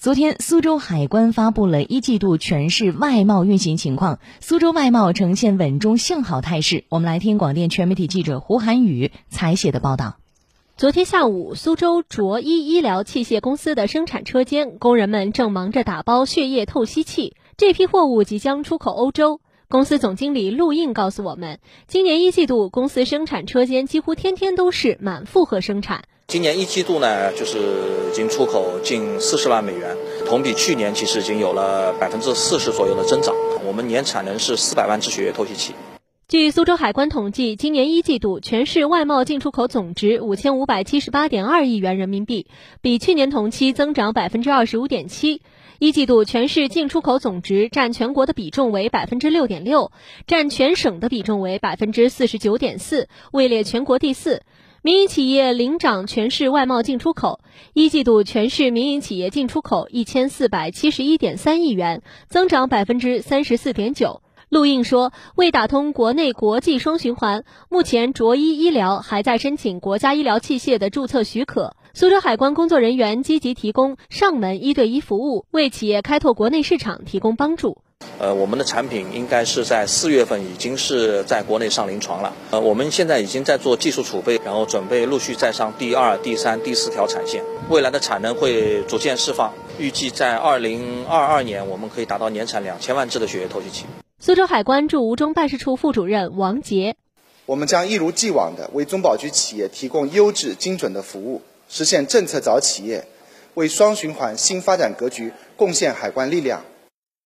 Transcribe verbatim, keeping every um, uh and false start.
昨天，苏州海关发布了一季度全市外贸运行情况，苏州外贸呈现稳中向好态势。我们来听广电全媒体记者胡涵宇采写的报道。 昨天下午，苏州卓一医疗器械公司的生产车间，工人们正忙着打包血液透析器，这批货物即将出口欧洲。公司总经理陆应告诉我们，今年一季度公司生产车间几乎天天都是满负荷生产。 今年一季度呢，就是已经出口近四十万美元，同比去年其实已经有了百分之四十左右的增长。我们年产能是四百万只血液透析器。 据苏州海关统计，今年一季度全市外贸进出口总值五千五百七十八点二亿元人民币，比去年同期增长百分之二十五点七。一季度全市进出口总值占全国的比重为百分之六点六，占全省的比重为百分之四十九点四，位列全国第四。民营企业领涨全市外贸进出口，一季度全市民营企业进出口一千四百七十一点三亿元，增长百分之三十四点九。陆应说，为打通国内国际双循环，目前卓一医疗还在申请国家医疗器械的注册许可。苏州海关工作人员积极提供上门一对一服务，为企业开拓国内市场提供帮助。 呃，我们的产品应该是在四月份已经是在国内上临床了。呃，我们现在已经在做技术储备，然后准备陆续再上第二、第三、第四条产线。未来的产能会逐渐释放，预计在二零二二年我们可以达到年产两千万只的血液透析器。 苏州海关驻吴中办事处副主任王杰， 我们将一如既往地为中保局企业提供优质精准的服务，实现政策早企业，为双循环新发展格局贡献海关力量。